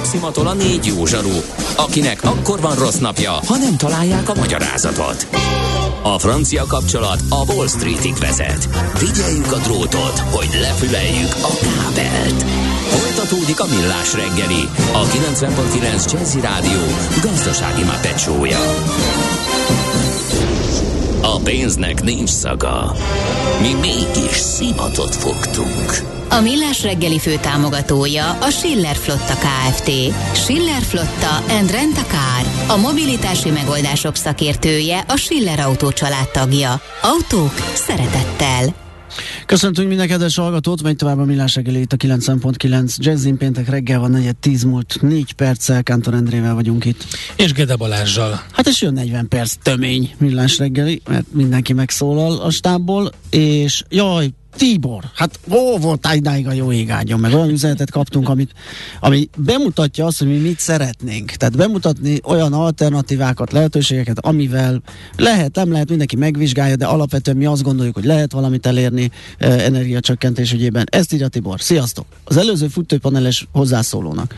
szimatol a 4 jó zsaru, akinek akkor van rossz napja, ha nem találják a magyarázatot. A francia kapcsolat a Wall Streetig vezet. Figyeljük a drótot, hogy lefüleljük a kábelt. Folytatódik a Millás reggeli, a 90.9 Jazzy Rádió gazdasági Muppet show-ja. A pénznek nincs szaga. Mi mégis szimatot fogtunk. A Millás reggeli főtámogatója a Schiller Flotta Kft. Schiller Flotta and Rent a Car. A mobilitási megoldások szakértője, a Schiller Autó család tagja. Autók szeretettel. Köszöntünk minden kedves hallgatót, megy tovább a Millás reggeli itt a 90.9 Jazzin, péntek reggel van 4:10 múlt 4 perccel, Kántor Endrével vagyunk itt. És Gede Balázssal. Hát és jön 40 perc tömény Millás reggeli, mert mindenki megszólal a stábból, és jaj, Tibor, hát volt idáig a jó ég áldjon meg, olyan üzenetet kaptunk, ami bemutatja azt, hogy mi mit szeretnénk. Tehát bemutatni olyan alternatívákat, lehetőségeket, amivel lehet, nem lehet, mindenki megvizsgálja, de alapvetően mi azt gondoljuk, hogy lehet valamit elérni energiacsökkentés ügyében. Ezt írja Tibor. Sziasztok! Az előző fűtőpaneles hozzászólónak.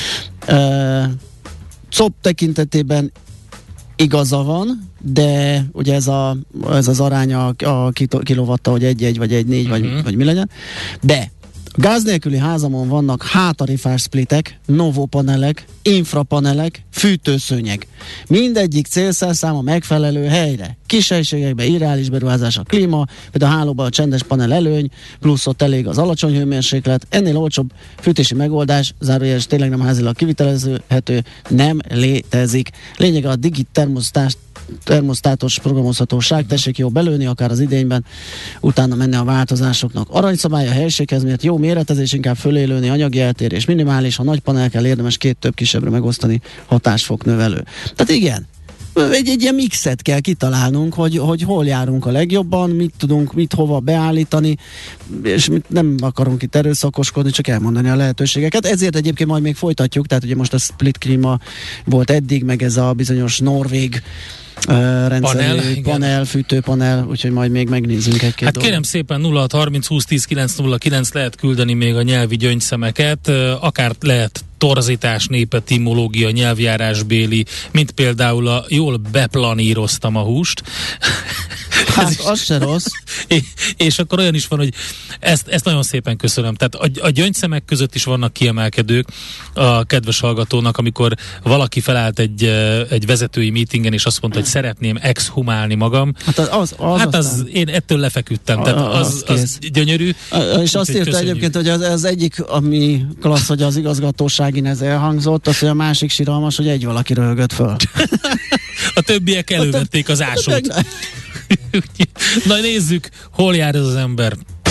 COP tekintetében igaza van, de ugye ez az aránya a kilovatta, hogy 1-1 vagy 1-4 vagy mi legyen, de a gáz nélküli házamon vannak hátarifás splitek, novópanelek, infrapanelek, fűtőszőnyeg. Mindegyik célszerszám a megfelelő helyre. Kis helységekben irreális beruházás a klíma, például a hálóban a csendes panel előny, plusz ott elég az alacsony hőmérséklet. Ennél olcsóbb fűtési megoldás, zárójeles tényleg nem házilag kivitelezhető, nem létezik. Lényeg a termosztátos programozhatóság, tessék jó belőni, akár az idényben, utána menni a változásoknak. Aranyszabály a helységhez, mert jó méretezés, inkább fölélőni, anyagi eltérés minimális, ha nagy panel kell, érdemes 2 kisebbre megosztani, hatásfok növelő. Tehát igen, egy ilyen mixet kell kitalálnunk, hogy hol járunk a legjobban, mit tudunk, mit hova beállítani, és nem akarunk itt erőszakoskodni, csak elmondani a lehetőségeket. Ezért egyébként majd még folytatjuk, tehát ugye most a split klíma volt eddig, meg ez a bizonyos norvég panel, fűtőpanel, úgyhogy majd még megnézzünk egy-két dolgot. Kérem szépen 0630 20 10 909 lehet küldeni még a nyelvi gyöngyszemeket, akár lehet torzítás, népetimológia, nyelvjárásbéli, mint például a jól beplaníroztam a húst. Hát az se rossz. És akkor olyan is van, hogy ezt nagyon szépen köszönöm. Tehát a gyöngyszemek között is vannak kiemelkedők a kedves hallgatónak, amikor valaki felállt egy vezetői meetingen, és azt mondta, hogy szeretném exhumálni magam. Én ettől lefeküdtem. Tehát az gyönyörű. És azt írta egyébként, hogy az egyik, ami klassz, hogy az igazgatóságin ez elhangzott, az, hogy a másik siralmas, hogy egy valaki röhögött föl. A többiek elővették az ásót. Na nézzük, hol jár ez az ember.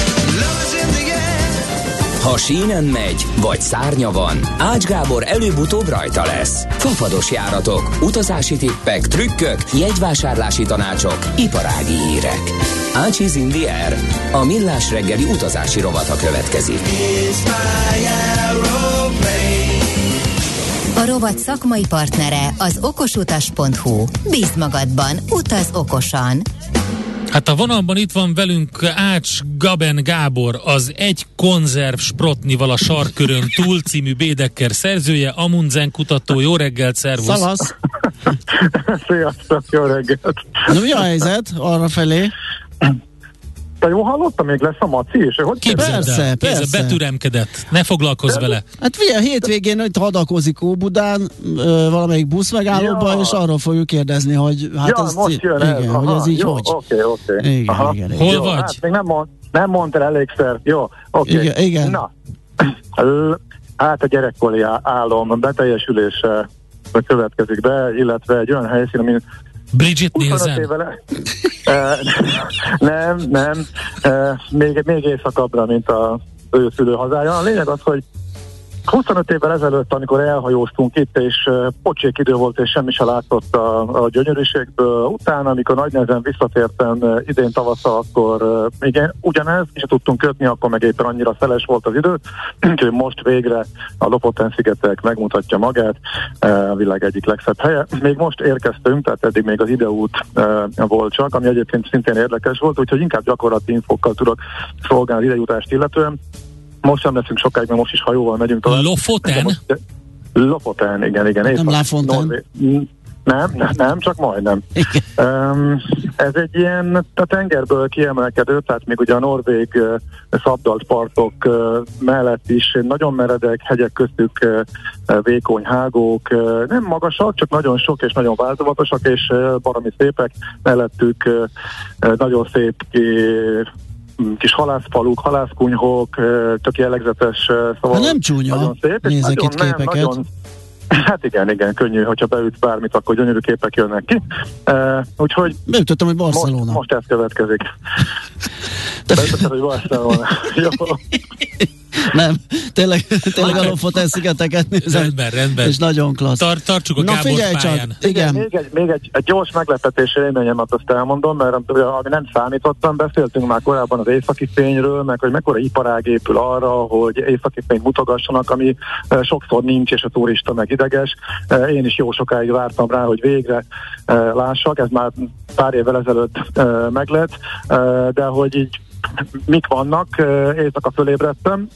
Ha sínen megy, vagy szárnya van, Ács Gábor előbb-utóbb rajta lesz. Fafados járatok, utazási tippek, trükkök, jegyvásárlási tanácsok, iparági hírek. Ácsiz in the air. A Millás reggeli utazási rovata következik. A rovat szakmai partnere az okosutas.hu. Bízd magadban, utaz okosan! Hát a vonalban itt van velünk Ács Gaben Gábor, az Egy konzerv sprotnival a sarkörön túl című Bédekker szerzője, Amundsen kutató. Jó reggelt, szervusz! Szavasz! Sziasztok, jó reggelt! Na, mi a helyzet arra felé? Te jól hallottam, még lesz a Maci is? Persze. Betüremkedett. Ne foglalkozz vele. Hát a hétvégén itt hadakozik Óbudán valamelyik buszmegállóban, és arról fogjuk kérdezni, hogy hát ez most jön ez. Igen, hogy ez így jó, hogy. Oké. Igen. Hol jó, vagy? Hát még nem mondtál elégszer. Jó, oké. Igen. Na, hát a gyerekkori álom beteljesülése következik be, illetve egy olyan helyszín, amin Bridget Nielsen. Nem. Még északabbra, mint az ő szülőhazája. A lényeg az, hogy 25 évvel ezelőtt, amikor elhajóztunk itt, és pocsék idő volt, és semmi se látszott a gyönyörűségből. Utána, amikor nagy nehezen visszatértem idén tavasszal, akkor igen, ugyanez, és tudtunk kötni, akkor meg éppen annyira szeles volt az idő, úgyhogy most végre a Lofoten-szigetek megmutatja magát, a világ egyik legszebb helye. Még most érkeztünk, tehát eddig még az ideút volt csak, ami egyébként szintén érdekes volt, úgyhogy inkább gyakorlati infokkal tudok szolgálni az idejutást illetően. Most sem leszünk sokáig, mert most is hajóval megyünk tovább. Lofoten? Lofoten, igen. Nem Lafontaine. Nem, csak majdnem. Ez egy ilyen a tengerből kiemelkedő, tehát még ugye a norvég szabdalt partok mellett is nagyon meredek, hegyek köztük vékony hágók, nem magasak, csak nagyon sok és nagyon változatosak, és baromi szépek, mellettük nagyon szép kis halászfaluk, halászkunyhók, tök jellegzetes, szóval nem csúnya, nagyon szép. nézek itt képeket. Hát igen, könnyű, hogyha beütsz bármit, akkor gyönyörű képek jönnek ki. Úgyhogy beütöttem, hogy Barcelona. Most ez következik. Beütöttem, hogy Barcelona. Jó. Nem, tényleg a Lofoten szigeteket nézem. Rendben. És nagyon klassz. Tartsuk a Gábor pályán. Igen. Még egy gyors meglepetés élményemet azt elmondom, mert ami nem számítottam, beszéltünk már korábban az északi fényről, meg hogy mekkora iparág épül arra, hogy északi fényt mutogassanak, ami sokszor nincs, és a turista meg ideges. Én is jó sokáig vártam rá, hogy végre lássak, ez már pár évvel ezelőtt meglett, de hogy így mik vannak, éjszaka fölébredtem,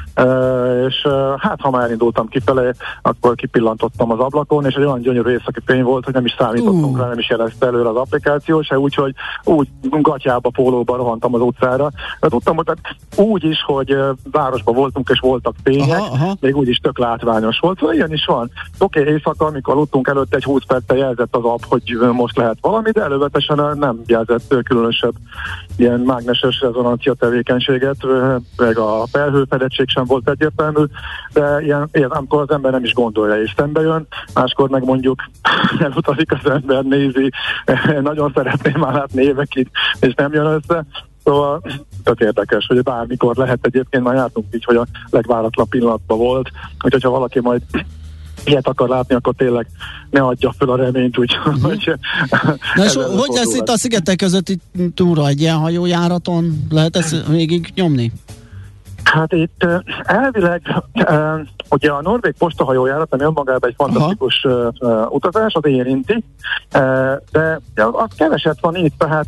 és hát ha már elindultam kifelé, akkor kipillantottam az ablakon, és egy olyan gyönyörű északi fény volt, hogy nem is számítottunk rá, nem is jelezte előre az applikáció, se úgyhogy úgy gatyába, pólóba rohantam az utcára. De tudtam, hogy úgy is, hogy városban voltunk, és voltak fények, még úgy is tök látványos volt, szóval ilyen is van. Oké, éjszaka, amikor aludtunk előtt egy 20 perccel jelzett az app, hogy most lehet valami, de elővetesen nem jelzett különösebb ilyen mágneses rezonancia tevékenységet, meg a felhőfedettség sem volt egyértelmű, de ilyen, amikor az ember nem is gondolja, és szembe jön, máskor meg mondjuk elutazik az ember, nézi, nagyon szeretném már látni évekig, és nem jön össze. Szóval tök érdekes, hogy bármikor lehet, egyébként már jártunk így, hogy a legváratlan pillanatban volt, úgyhogy ha valaki majd ilyet akar látni, akkor tényleg ne adja fel a reményt, úgyhogy... Na és hogy lesz itt a szigetek közötti túra? Egy ilyen hajójáraton lehet ezt végig nyomni? Hát itt elvileg ugye a norvég postahajójárat, ami önmagában egy fantasztikus utazás, az érinti, de az keveset van itt, tehát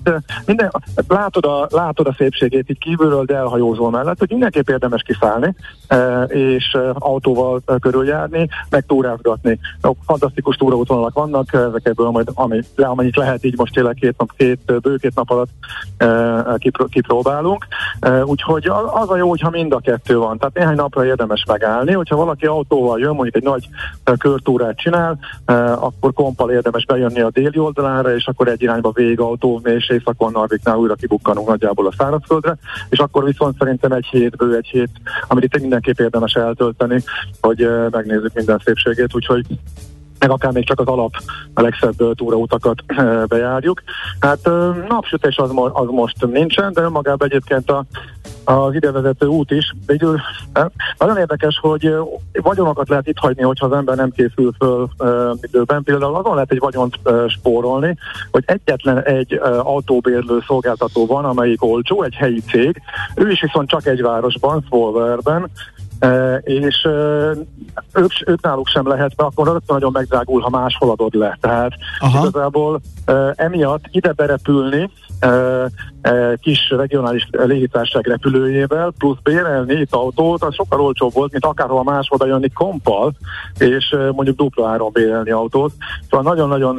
látod a szépségét itt kívülről, de elhajózol mellett, hogy mindenképp érdemes kiszállni, és autóval körüljárni, meg túrázgatni. Fantasztikus túraútvonalak vannak, ezekből majd amennyit lehet így most tényleg bő két nap alatt kipróbálunk. Úgyhogy az a jó, hogyha mind a kettő van. Tehát néhány napra érdemes megállni, hogyha valaki autóval jön, mondjuk egy nagy körtúrát csinál, akkor kompal érdemes bejönni a déli oldalára, és akkor egy irányba végig autó, és északon Narviknál újra kibukkanunk nagyjából a szárazföldre, és akkor viszont szerintem egy hét, amit itt mindenképp érdemes eltölteni, hogy megnézzük minden szépségét, úgyhogy meg akár még csak az a legszebb túrautakat bejárjuk. Hát napsütés az most nincsen, de önmagában egyébként az idevezető út is. Végül nagyon érdekes, hogy vagyonokat lehet itt hagyni, hogyha az ember nem készül föl időben. Például azon lehet egy vagyont spórolni, hogy egyetlen egy autóbérlő szolgáltató van, amelyik olcsó, egy helyi cég. Ő is viszont csak egy városban, Svolværben, és ők náluk sem lehet, mert akkor rögtön nagyon megdrágul, ha máshol adod le. Tehát igazából emiatt ide berepülni kis regionális légitársaság repülőjével, plusz bérelni itt autót, az sokkal olcsóbb volt, mint akárhol máshol bejönni kompal, és mondjuk dupla áron bérelni autót. Szóval nagyon-nagyon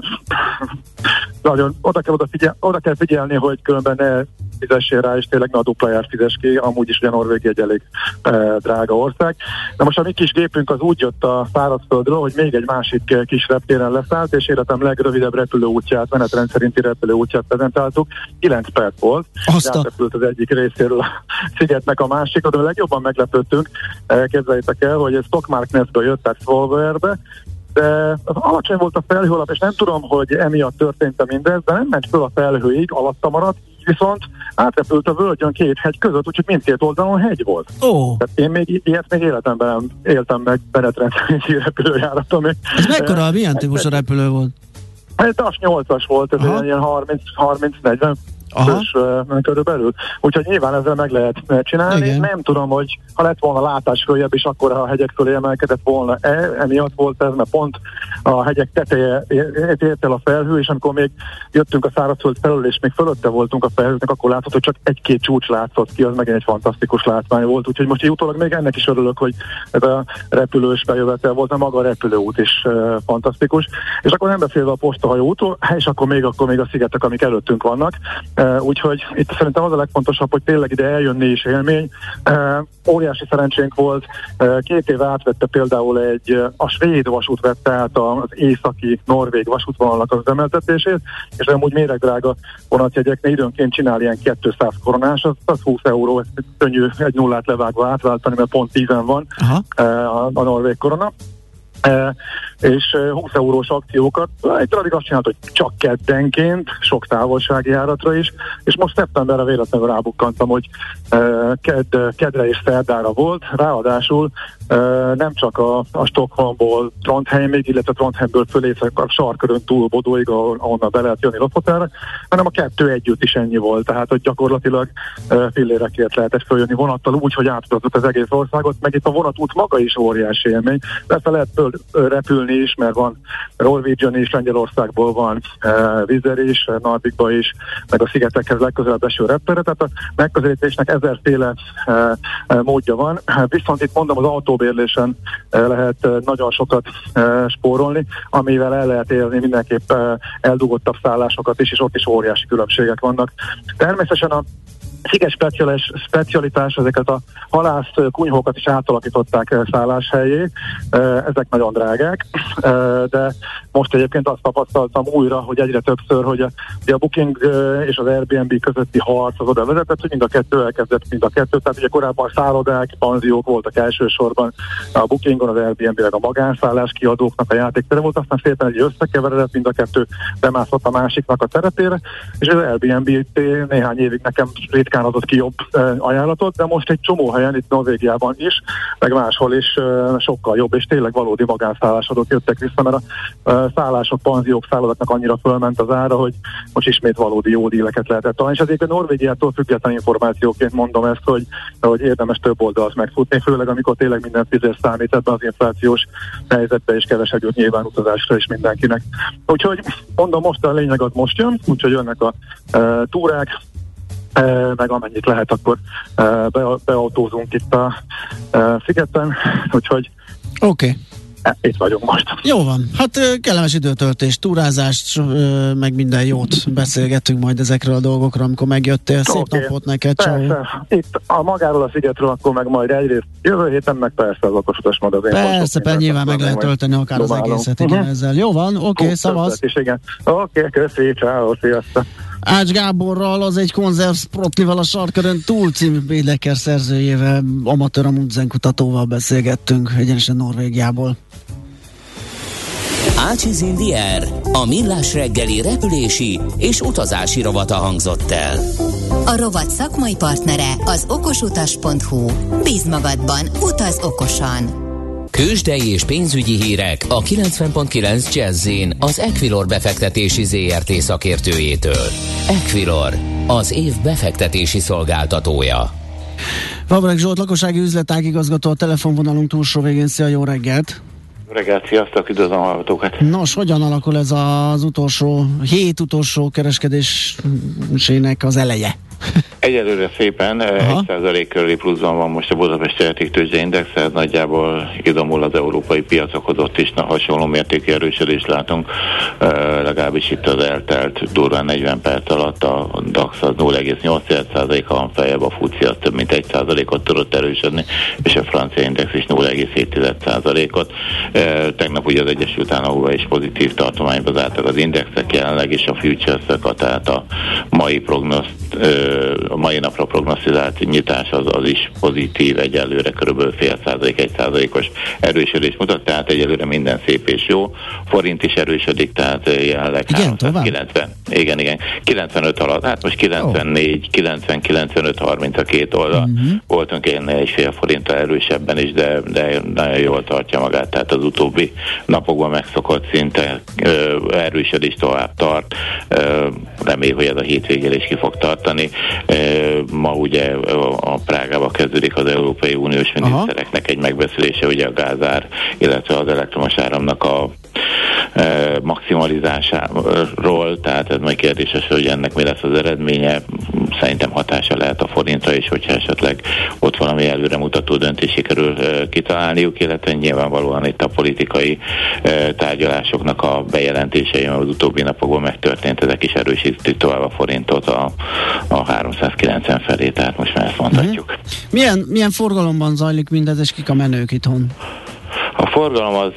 oda kell figyelni, hogy különben ne fizessél rá, és tényleg a dupláját fizes ki, amúgy is ugye Norvégia egy elég drága ország. De most a mi kis gépünk az úgy jött a szárazföldről, hogy még egy másik kis reptéren leszállt, és életem legrövidebb repülőútját, menetrend szerinti repülőútját prezentáltuk. 9 perc volt, átrepült az egyik részéről a szigetnek a másikra, de legjobban meglepődtünk, képzeljétek el, hogy ez Stokmarknesből jött, tehát Svolværbe, de az alacsony volt a felhőalap, és nem tudom, hogy emiatt történt mindez, de nem ment föl a felhőig, alatta maradt, viszont átrepült a völgyön két hegy között, úgyhogy mindkét oldalon hegy volt. Tehát én ilyet még életemben nem éltem meg menetrendszerinti repülőjáraton. Ez mekkora, milyen típusú repülő volt? Ez TAS 8-as volt, ez ilyen 30-40 körülbelül. Úgyhogy nyilván ezzel meg lehet csinálni. Igen. Nem tudom, hogy ha lett volna látás följebb, és akkor a hegyek fölé emelkedett volna, emiatt volt ez, mert pont a hegyek teteje ért el a felhő, és amikor még jöttünk a szárazföld felől, és még fölötte voltunk a felhőknek, akkor látszott, hogy csak egy-két csúcs látszott ki, az megint egy fantasztikus látvány volt. Úgyhogy most utólag még ennek is örülök, hogy ez a repülős bejövetel volt, mert maga a repülőút is fantasztikus. És akkor nem beszélve a postahajóútról, és akkor még a szigetek, amik előttünk vannak. Úgyhogy itt szerintem az a legfontosabb, hogy tényleg ide eljönni is élmény. Óriási szerencsénk volt. 2 éve átvette például a svéd vasút vette át az északi norvég vasútvonalnak az üzemeltetését, és amúgy méregdrága vonatjegyeknél időnként csinál ilyen 200 koronás, az 20 euró, ez könnyű egy nullát levágva átváltani, mert pont 10 van a norvég korona. És 20 eurós akciókat. Egy addig azt csinált, hogy csak keddenként, sok távolsági járatra is, és most szeptemberre véletlenül rábukkantam, hogy kedre és szerdára volt, ráadásul nem csak a Stockholmból Trondheimig, illetve Trondheimből fölészek a sarkörön túl Bodóig, ahonnan be lehet jönni Lofotenre, hanem a 2 együtt is ennyi volt, tehát hogy gyakorlatilag fillérekért lehetett följönni vonattal úgy, hogy átutatott az egész országot, meg itt a vonatút maga is óriási élmény. Persze lehet repülni is, mert van Norwegian is, Lengyelországból van Wizz Air is, Narvikba is, meg a szigetekhez legközelebb eső reptere, tehát a megközelítésnek ezerféle módja van. Viszont itt mondom, az autóbérlésen lehet nagyon sokat spórolni, amivel el lehet érni mindenképp eldugottabb szállásokat is, és ott is óriási különbségek vannak. Természetesen a sziget specialitás, ezeket a halász kunyhókat is átalakították szálláshelyé, ezek nagyon drágák, de most egyébként azt tapasztaltam újra, hogy egyre többször, hogy a Booking és az Airbnb közötti harc az oda vezetett, hogy mind a kettő elkezdett, tehát ugye korábban szállodák, panziók voltak elsősorban a Bookingon, az Airbnb-leg a magánszállás kiadóknak a játéktere volt, aztán szépen egy összekeveredett, mind a kettő bemászott a másiknak a terepére, és az Airbnb néhány évig nekem ritkán adott ki jobb ajánlatot, de most egy csomó helyen, itt Norvégiában is, meg máshol is sokkal jobb, és tényleg valódi magánszállásodók jöttek vissza, mert a szállások, panziók, szállodaknak annyira fölment az ára, hogy most ismét valódi jó díleket lehetett találni. És azért a Norvégiától független információként mondom ezt, hogy érdemes több oldalt megfutni, főleg amikor tényleg minden fizet számít ebben az inflációs helyzetben, és kevesebb jut nyilván utazásra is mindenkinek. Úgyhogy mondom, most a lényeg az most jön, úgyhogy jönnek a túrák, meg amennyit lehet, akkor beautózunk itt a szigeten, úgyhogy oké. Itt vagyunk most. Jó van. Hát kellemes időtöltés, túrázást, meg minden jót beszélgetünk majd ezekről a dolgokról, amikor megjöttél. Szép napot neked, persze. Itt a magáról a szigetről, akkor meg majd egyrészt jövő héten, meg persze az okos magazin. Persze, nyilván meg lehet tölteni akár az egészet, igen, ezzel. Jó van, oké, szavasz. Oké, köszi, ciao, sziasztok. Ács Gáborral, az egy konzerv sprotlival a Sarkörön túl című Bédeker szerzőjével, amatőr amundzenkutatóval beszélgettünk egyenesen Norvégiából. Ácsiz Indier, a millás reggeli repülési és utazási rovata hangzott el. A rovat szakmai partnere az okosutas.hu. Bízz magadban, utaz okosan! Kősdei és pénzügyi hírek a 90.9 Jazz-in az Equilor befektetési ZRT szakértőjétől. Equilor, az év befektetési szolgáltatója. Vavreg Zsolt, lakossági üzletág igazgató a telefonvonalunk túlsó végén. Szia, jó reggelt! Reggelt, sziasztok, üdvözlöm a hallgatókat! Nos, hogyan alakul ez az hét utolsó kereskedésének az eleje? Egyelőre szépen 1% körüli pluszban van most a Budapesti Értéktőzsde Index, ez nagyjából idomul az európai piacokhoz, ott is hasonló mértékű erősödést látunk, legalábbis itt az eltelt durván 40 perc alatt a DAX az 0,8%-a van feljebb, a FTSE az több mint 1%-ot tudott erősödni, és a francia index is 0,7%-ot. Tegnap ugye az Egyesült Államokban is pozitív tartományba zártak az indexek jelenleg, és a futures-ek, tehát a mai prognózt a mai napra prognosztizált nyitás az is pozitív, egyelőre körülbelül 0,5%-1%-os erősödés mutat, tehát egyelőre minden szép és jó. Forint is erősödik, tehát jelenleg 390. Igen, 95 alatt, hát most 94, 90, 95, 30 a két oldal. Voltunk egy fél forinttal erősebben is, de nagyon jól tartja magát, tehát az utóbbi napokban megszokott szinte erősödés tovább tart. Reméljük, hogy ez a hétvégén is ki fog tartani. Ma ugye a Prágába kezdődik az Európai Uniós minisztereknek egy megbeszélése, ugye a gázár, illetve az elektromos áramnak a maximalizásáról, tehát ez majd kérdéses, hogy ennek mi lesz az eredménye. Szerintem hatása lehet a forintra is, hogyha esetleg ott valami előremutató döntés sikerül kitalálniuk, illetve nyilvánvalóan itt a politikai tárgyalásoknak a bejelentései, az utóbbi napokban megtörtént, ezek is erősítik tovább a forintot a 390 felé, tehát most már ezt mondhatjuk. Milyen forgalomban zajlik mindez, és kik a menők itthon? A forgalom az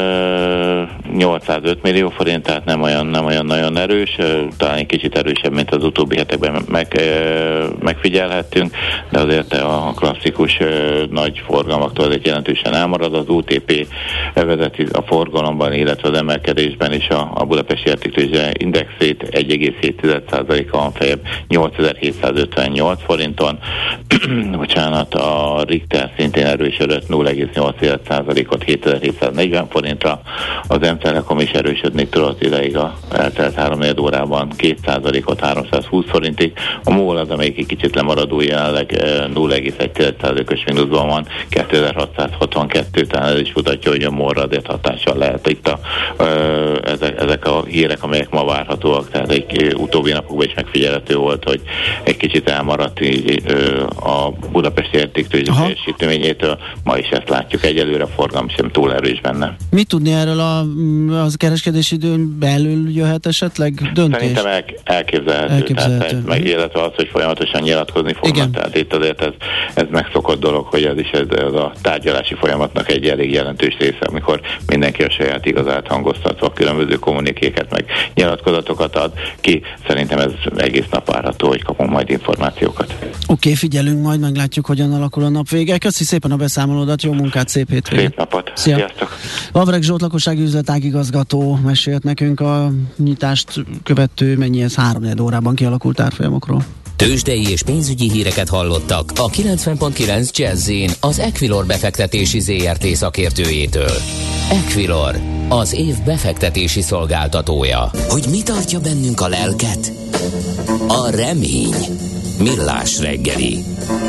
805 millió forint, tehát nem olyan nagyon erős, talán egy kicsit erősebb, mint az utóbbi hetekben megfigyelhettünk, de azért a klasszikus nagy forgalmaktól azért jelentősen elmarad. Az OTP vezeti a forgalomban, illetve az emelkedésben is a Budapesti Értéktőzsde indexét 1,7%-kal van feljebb 8758 forinton. Bocsánat, a Richter szintén erősödött 0,8%-ot 7740 forintra, az M-Telekom is erősödni tudott ideig a eltelt 3-4 órában 2%-ot 320 forintig, a MOL az, amelyik egy kicsit lemaradó, jelenleg 0,1%-os mínuszban van, 2662, tehát ez is mutatja, hogy a MOL-ra azért hatással lehet itt ezek a hírek, amelyek ma várhatóak, tehát egy utóbbi napokban is megfigyelhető volt, hogy egy kicsit elmaradt így, a Budapesti Értéktőzsde teljesítményétől, ma is ezt látjuk, egyelőre forgalom sem túl erős benne. Mit tudni erről az kereskedési időn belül jöhet esetleg döntés? Szerintem elképzelhető. Tehát, illetve az, hogy folyamatosan nyilatkozni fognak, tehát itt azért ez megszokott dolog, hogy ez a tárgyalási folyamatnak egy elég jelentős része, amikor mindenki a saját igazát hangoztatva különböző kommunikéket meg nyilatkozatokat ad ki. Szerintem ez egész nap várható, hogy kapunk majd információkat. Oké, figyelünk, majd meglátjuk, hogyan alakul a nap vége. Köszi szépen a beszámolódat, jó munkát, szép hétvégét! Szép napot! Szia. Sziasztok! Lavreg Zsolt lakossági üzletágigazgató mesélt nekünk a nyitást követő, mennyi ez 3-4 órában kialakult árfolyamokról. Tőzsdei és pénzügyi híreket hallottak a 90.9 Jazz-in az Equilor befektetési ZRT szakértőjétől. Equilor, az év befektetési szolgáltatója. Hogy mi tartja bennünk a lelket? A remény. Millás reggeli.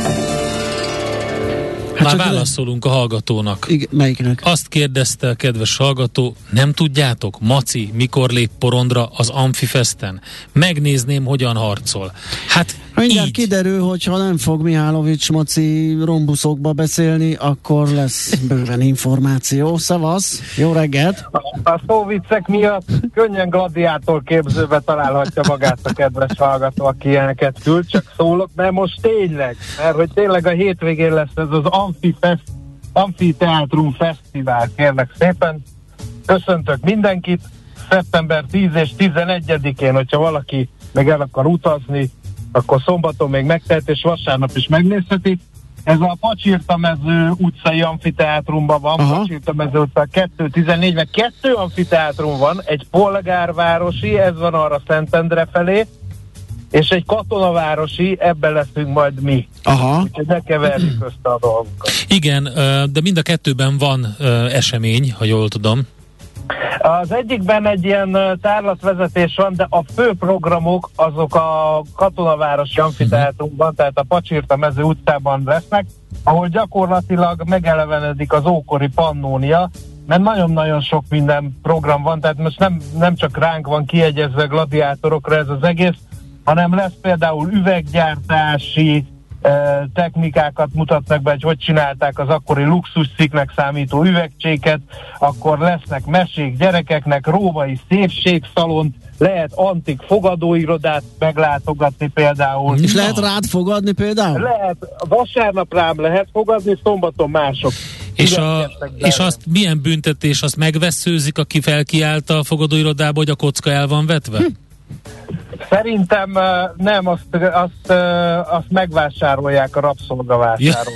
Már válaszolunk a hallgatónak. Igen, melyiknek? Azt kérdezte a kedves hallgató, nem tudjátok, Maci mikor lép porondra az Amfifesten? Megnézném, hogyan harcol. Hát mindjárt így. kiderül, hogy ha nem fog Mihálovics Maci rombuszokba beszélni, akkor lesz bőven információ. Szavasz, jó reggelt! A szóviccek miatt könnyen gladiátor képzőbe találhatja magát a kedves hallgató, aki ilyeneket küld, csak szólok, mert most tényleg, mert hogy tényleg a hétvégén lesz ez az Amfiteátrum Fesztivál, kérlek szépen. Köszöntök mindenkit, szeptember 10 és 11-én, hogyha valaki meg el akar utazni, akkor szombaton még megtehet, és vasárnap is megnézheti. Ez a Pacsirtamező utcai amfiteátrumban van, Pacsirtamező utca 214, meg 2 amfiteátrum van, egy polgárvárosi, ez van arra Szentendre felé, és egy katonavárosi, ebben leszünk majd mi. Úgyhogy ne keverjük össze a dolgokat. Igen, de mind a kettőben van esemény, ha jól tudom. Az egyikben egy ilyen tárlatvezetés van, de a fő programok azok a katonavárosi amfiteátrumban, tehát a Pacsirtamező utcában lesznek, ahol gyakorlatilag megelevenedik az ókori Pannónia, mert nagyon-nagyon sok minden program van, tehát most nem csak ránk van kiegyezve gladiátorokra ez az egész, hanem lesz például üveggyártási technikákat mutatnak be, hogy csinálták az akkori luxuscikknek számító üvegcséket, akkor lesznek mesék gyerekeknek, római szépségszalont, lehet antik fogadóirodát meglátogatni például. És lehet rád fogadni például? Lehet, vasárnap rám lehet fogadni, szombaton mások. És azt milyen büntetés, azt megvesszőzik, aki felkiállt a fogadóirodába, hogy a kocka el van vetve? Szerintem nem, azt megvásárolják a rabszolgavásárok.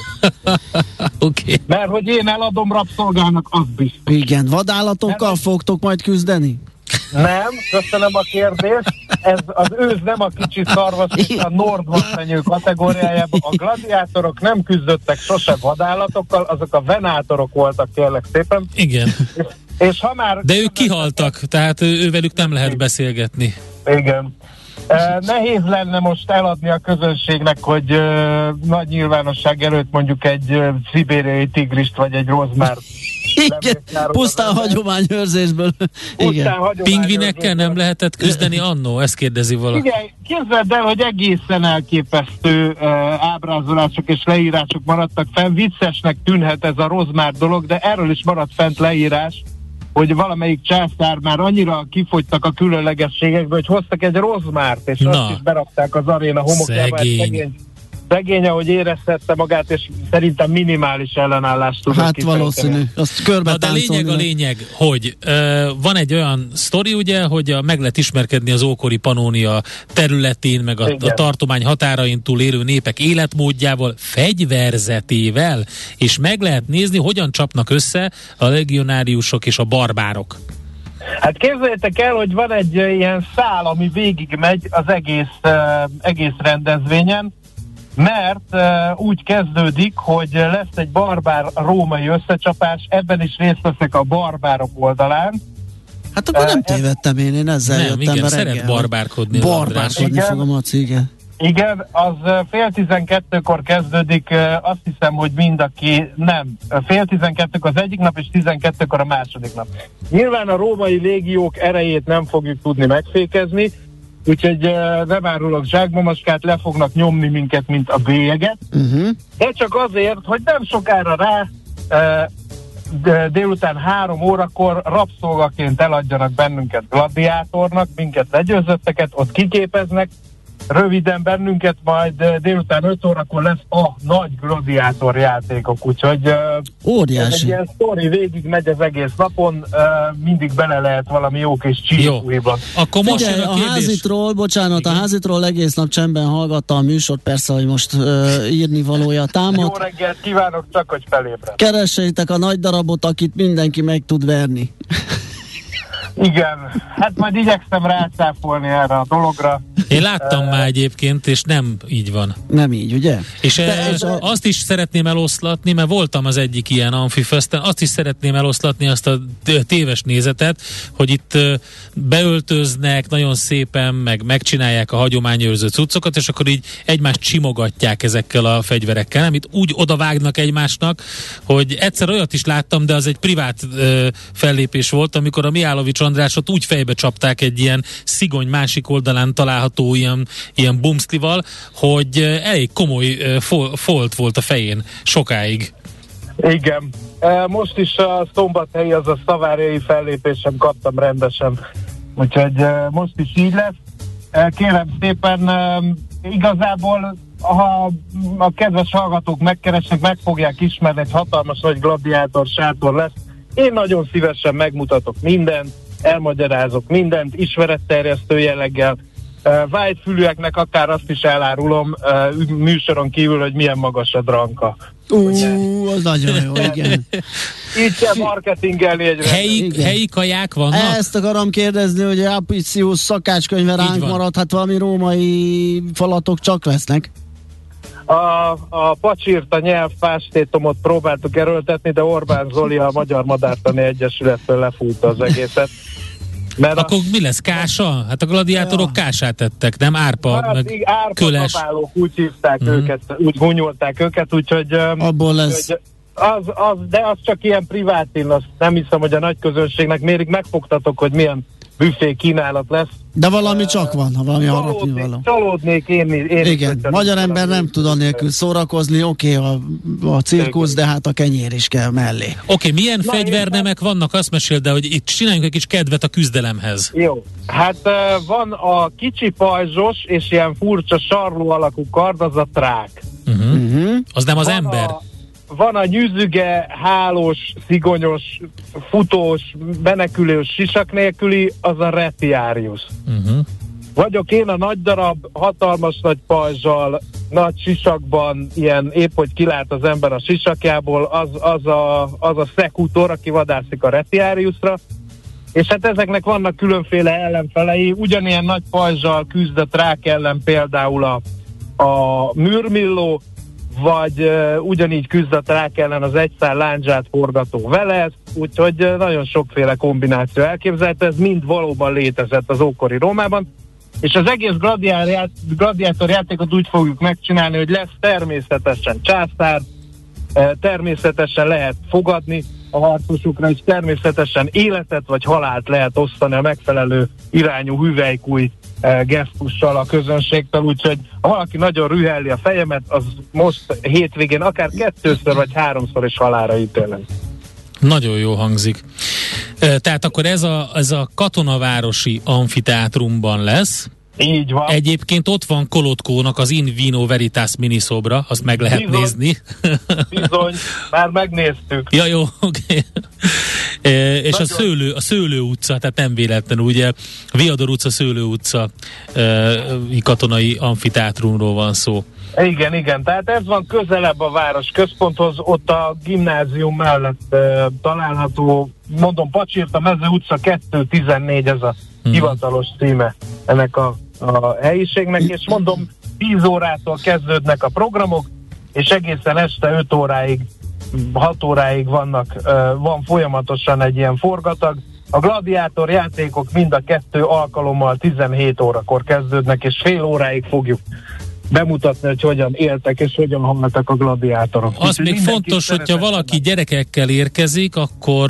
Okay. Mert hogy én eladom rabszolgának, az biztos. Igen, vadállatokkal fogtok majd küzdeni? Nem, köszönöm a kérdést. Ez az őz nem a kicsi szarvas, a nordvasmenyő kategóriájában. A gladiátorok nem küzdöttek sose vadállatokkal, azok a venátorok voltak, kérlek szépen. Igen. És ha már... De ők kihaltak, tehát ővelük nem lehet beszélgetni. Igen. Nehéz lenne most eladni a közönségnek, hogy nagy nyilvánosság előtt mondjuk egy szibériai tigrist, vagy egy rozmárt. Igen, pusztán hagyományőrzésből. Pingvinekkel nem lehetett küzdeni annó? Ezt kérdezi valaki. Igen, képzeld el, hogy egészen elképesztő ábrázolások és leírások maradtak fenn. Viccesnek tűnhet ez a rozmár dolog, de erről is maradt fent leírás, hogy valamelyik császár már annyira kifogytak a különlegességekből, hogy hoztak egy rozmárt, és azt is berakták az aréna homokjába. Szegény, ahogy érezhette magát, és szerintem minimális ellenállást tudott hát valószínű, azt körbe de a lényeg, hogy van egy olyan sztori, ugye, hogy meg lehet ismerkedni az ókori Pannónia területén, meg a tartomány határain túl élő népek életmódjával, fegyverzetével, és meg lehet nézni, hogyan csapnak össze a legionáriusok és a barbárok. Hát képzeljétek el, hogy van egy ilyen szál, ami végigmegy az egész rendezvényen, mert úgy kezdődik, hogy lesz egy barbár-római összecsapás, ebben is részt veszek a barbárok oldalán. Hát akkor nem tévedtem én ezzel nem, jöttem igen, be szeret reggel. barbárkodni. Barbárkodni fogom a cíget. Igen, az 11:30 kezdődik, azt hiszem, hogy nem. 11:30 az egyik nap, és 12-kor a második nap. Nyilván a római légiók erejét nem fogjuk tudni megfékezni, úgyhogy nem árulok zsákmamaskát, le fognak nyomni minket, mint a bélyeget. De csak azért, hogy nem sokára rá délután 3 órakor rabszolgaként eladjanak bennünket gladiátornak, minket legyőzötteket, ott kiképeznek, röviden bennünket, majd délután 5 órakor lesz a nagy gladiátor játékok, úgyhogy óriási. egy ilyen sztori végig megy az egész napon, mindig bele lehet valami jó kis csíkújban. Akkor most figyelj, a házitról egész nap csendben hallgatta a műsort, persze, hogy most írni valója támad. Jó reggelt kívánok, csak hogy felébred. Keressétek a nagy darabot, akit mindenki meg tud verni. Igen, hát majd igyekszem rácáfolni erre a dologra. Én láttam már egyébként, és nem így van. Nem így, ugye? És azt is szeretném eloszlatni, mert voltam az egyik ilyen Amfifesten, azt is szeretném eloszlatni azt a téves nézetet, hogy itt beöltöznek nagyon szépen, megcsinálják a hagyományőrző cuccokat, és akkor így egymást csimogatják ezekkel a fegyverekkel, nem? Itt úgy odavágnak egymásnak, hogy egyszer olyat is láttam, de az egy privát fellépés volt, amikor a Mihálovics Andrásot úgy fejbe csapták egy ilyen szigony másik oldalán található ilyen bumszlival, hogy elég komoly folt volt a fején sokáig. Igen. Most is a szombathelyi, az a szavárjai fellépésem kaptam rendesen. Úgyhogy most is így lesz. Kérem szépen, igazából ha a kedves hallgatók megkeresnek, meg fogják ismerni, egy hatalmas nagy gladiátor sátor lesz. Én nagyon szívesen megmutatok mindent, elmagyarázok mindent, ismeretterjesztő jelleggel. Vájtfülűeknek akár azt is elárulom műsoron kívül, hogy milyen magas a dranka. Az nagyon jó, igen. Így kell marketingelni egy helyi kaják vannak? Ezt akarom kérdezni, hogy Apicius szakácskönyve ránk marad, hát valami római falatok csak lesznek. A pacsírta nyelvfástétomot próbáltuk erőltetni, de Orbán Zoli a Magyar Madártani Egyesülettől lefújta az egészet. Mert akkor mi lesz? Kása? Hát a gladiátorok kását tettek, nem? Árpa, meg köles. Árpa úgy hívták őket, úgy gúnyolták őket, úgyhogy abból lesz. De az csak ilyen privátén, azt nem hiszem, hogy a nagy közönségnek mérik, megfogtatok, hogy milyen büfé kínálat lesz. De valami csak van, ha valami harapni való. Csalódnék én igen, magyar ember nem tud anélkül szórakozni, oké, a cirkusz, de hát a kenyér is kell mellé. Oké, milyen fegyvernemek vannak, azt meséld, de hogy itt csináljunk egy kis kedvet a küzdelemhez. Jó, hát van a kicsi pajzsos és ilyen furcsa sarló alakú kard, az a trák. Az nem az ember? van a nyüzüge, hálós, szigonyos, futós, menekülős, sisak nélküli, az a retiarius. Vagyok én a nagy darab, hatalmas nagy pajzsal, nagy sisakban, ilyen épp hogy kilát az ember a sisakjából, az a szekútor, aki vadászik a retiariusra, és hát ezeknek vannak különféle ellenfelei, ugyanilyen nagy pajzsal küzd a trák ellen például a műrmilló, vagy ugyanígy küzd a trák ellen az egyszár lándzsát forgató velez, úgyhogy nagyon sokféle kombináció elképzelhető, ez mind valóban létezett az ókori Rómában, és az egész gladiátor játékot úgy fogjuk megcsinálni, hogy lesz természetesen császár, természetesen lehet fogadni a harcosukra, és természetesen életet vagy halált lehet osztani a megfelelő irányú hüvelykúj gesztussal a közönségtől, úgyhogy ha valaki nagyon rühelli a fejemet, az most hétvégén akár 2-ször vagy 3-szor is halálra ítélem. Nagyon jó hangzik. Tehát akkor ez a katonavárosi amfiteátrumban lesz. Így van. Egyébként ott van Kolotkónak az In Vino Veritas miniszobra, azt meg lehet nézni. Bizony, már megnéztük. Ja, jó, oké. És a Szőlő utca, tehát nem véletlenül, ugye Viador utca, Szőlő utca katonai amfiteátrumról van szó. Igen, tehát ez van közelebb a város központhoz, ott a gimnázium mellett található, mondom, Pacsirta Mező utca 214, ez a hivatalos címe ennek a helyiségnek, és mondom, 10 órától kezdődnek a programok, és egészen este 5 óráig, 6 óráig van folyamatosan egy ilyen forgatag. A gladiátor játékok mind a 2 alkalommal 17 órakor kezdődnek, és fél óráig fogjuk bemutatni, hogy hogyan éltek és hogyan haltak a gladiátorok. Az még fontos, hogyha valaki gyerekekkel érkezik, akkor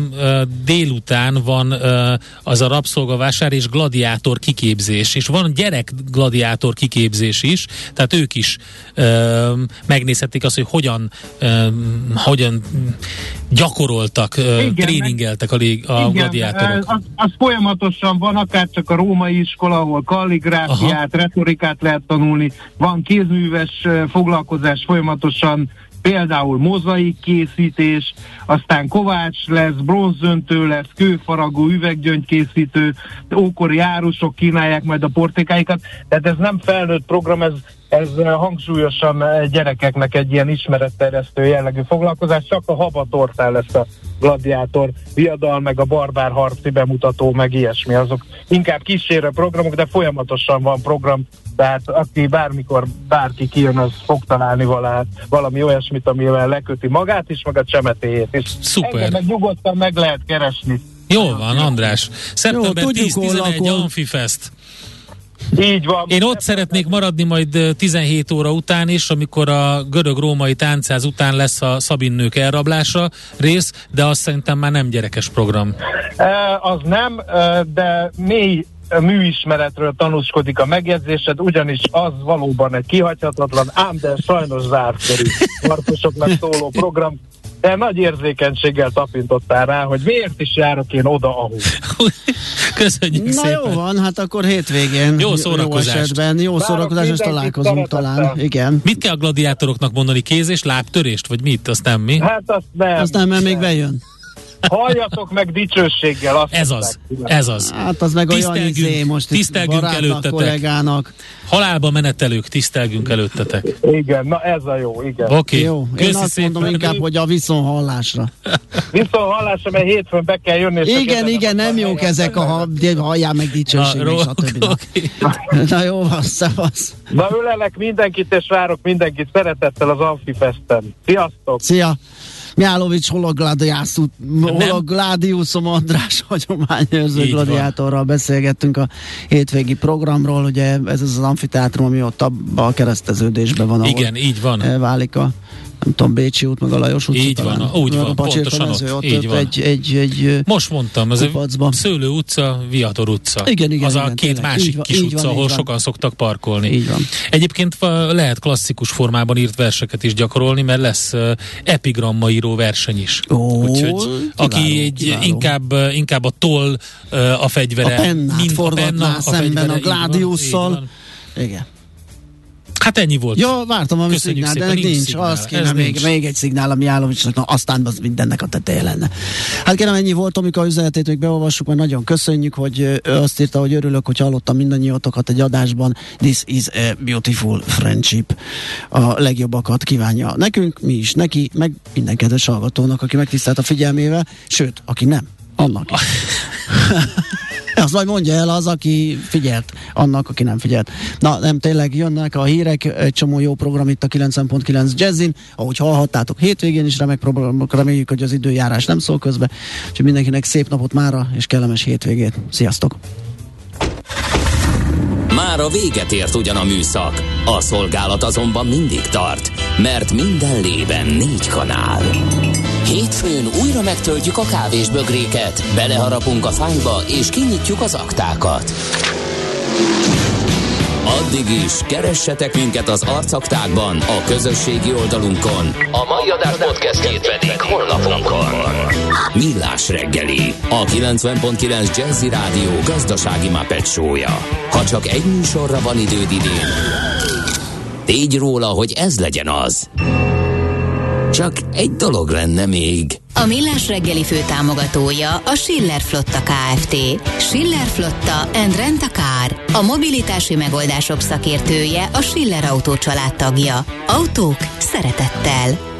délután van az a rabszolgavásár és gladiátor kiképzés, és van gyerek gladiátor kiképzés is, tehát ők is megnézhetik azt, hogy hogyan gyakoroltak, tréningeltek a gladiátorok. Az folyamatosan van, akár csak a római iskola, ahol kalligráfiát, retorikát lehet tanulni, van kézműves foglalkozás folyamatosan, például mozaik készítés, aztán kovács lesz, bronzdöntő lesz, kőfaragó, üveggyöngykészítő, ókori árusok kínálják majd a portékáikat, tehát ez nem felnőtt program, ez hangsúlyosan gyerekeknek egy ilyen ismeretterjesztő jellegű foglalkozás, csak a habatortán lesz a gladiátor viadal, meg a barbár harci bemutató, meg ilyesmi, azok inkább kísérő programok, de folyamatosan van program, tehát aki bármikor bárki kijön, az fog találni valami olyasmit, amivel leköti magát is, meg a csemetéjét is. Szuper. Engem meg nyugodtan meg lehet keresni. Jól van, András. Szeptember 10-11 Amfifest. Így van. Én ott szeretnék maradni majd 17 óra után is, amikor a görög-római táncház után lesz a szabinnők elrablása rész, de azt szerintem már nem gyerekes program. Az nem, de mély műismeretről tanúskodik a megjegyzésed, ugyanis az valóban egy kihagyhatatlan, ám de sajnos zárt körű harcosoknak szóló program, de nagy érzékenységgel tapintottál rá, hogy miért is járok én oda, ahol. Köszönjük szépen. Jó van, hát akkor hétvégén jó szórakozást. Jó szórakozást, és találkozunk talán. Igen. Mit kell a gladiátoroknak mondani? Kéz- és lábtörést? Vagy mit? Azt nem mi? Hát azt nem. Azt nem, mert még bejön. Halljatok meg dicsőséggel. Ez az. Hát az meg olyan most tisztelgünk előttetek. Kollégának. Halálba menetelők, tisztelgünk előttetek. Igen, na ez a jó, igen. Oké. Jó, én azt mondom inkább, hogy a viszonthallásra. Viszonthallásra, mert hétfőn be kell jönni. Igen, nem jók ezek halljál meg dicsőségek, stb. Na jó, szevasz. Na ölelek mindenkit, és várok mindenkit szeretettel az Amfifesten. Sziasztok! Szia! Mihálovics Hologladiuszom András hagyományőrző gladiátorral beszélgettünk a hétvégi programról, ugye ez az Amfiteátrum, ami ott abban a kereszteződésben van, ahol igen, így van. Válik a nem tudom, Bécsi út, meg a Lajos utca. Így van, úgy van, pontosan ott. Így van. Egy most mondtam, ez a Szőlő utca, Viador utca. Igen, az a két tényleg, másik kis utca, ahol sokan szoktak parkolni. Így van. Egyébként lehet klasszikus formában írt verseket is gyakorolni, mert lesz epigrammaíró verseny is. Úgyhogy aki inkább a toll a fegyvere, a pennát forgatná szemben a Gladiusszal. Igen. Hát ennyi volt. Jó, vártam valami szignál, de nincs. Szignál. Az kéne még egy szignál, ami Álovicsnak, na aztán az mindennek a teteje lenne. Hát kérem, ennyi volt, Tomika üzenetét még beolvassuk, mert nagyon köszönjük, hogy azt írta, hogy örülök, hogy hallottam mindannyiótokat egy adásban. This is a beautiful friendship. A legjobbakat kívánja nekünk, mi is neki, meg minden kedves hallgatónak, aki megtisztelt a figyelmével, sőt, aki nem, annak is. Azt majd mondja el az, aki figyelt, annak, aki nem figyelt. Na, nem, tényleg jönnek a hírek, egy csomó jó program itt a 90.9 Jazzin, ahogy hallhattátok, hétvégén is remek programok, reméljük, hogy az időjárás nem szól közbe, úgyhogy mindenkinek szép napot mára, és kellemes hétvégét. Sziasztok! Már a véget ért ugyan a műszak, a szolgálat azonban mindig tart, mert minden lében 4 kanál. Hétfőn újra megtöltjük a kávésbögréket, beleharapunk a fányba és kinyitjuk az aktákat. Addig is keressetek minket az arcaktákban, a közösségi oldalunkon, a mai adás podcastjét pedig honlapunkon. Millás reggeli, a 90.9 Jazzy Rádió gazdasági Muppet show-ja. Ha csak egy műsorra van időd idén, tégy róla, hogy ez legyen az. Csak egy dolog lenne még. A Millás reggeli főtámogatója a Schiller Flotta Kft. Schiller Flotta and Rent a Car. A mobilitási megoldások szakértője, a Schiller Autó család tagja. Autók szeretettel.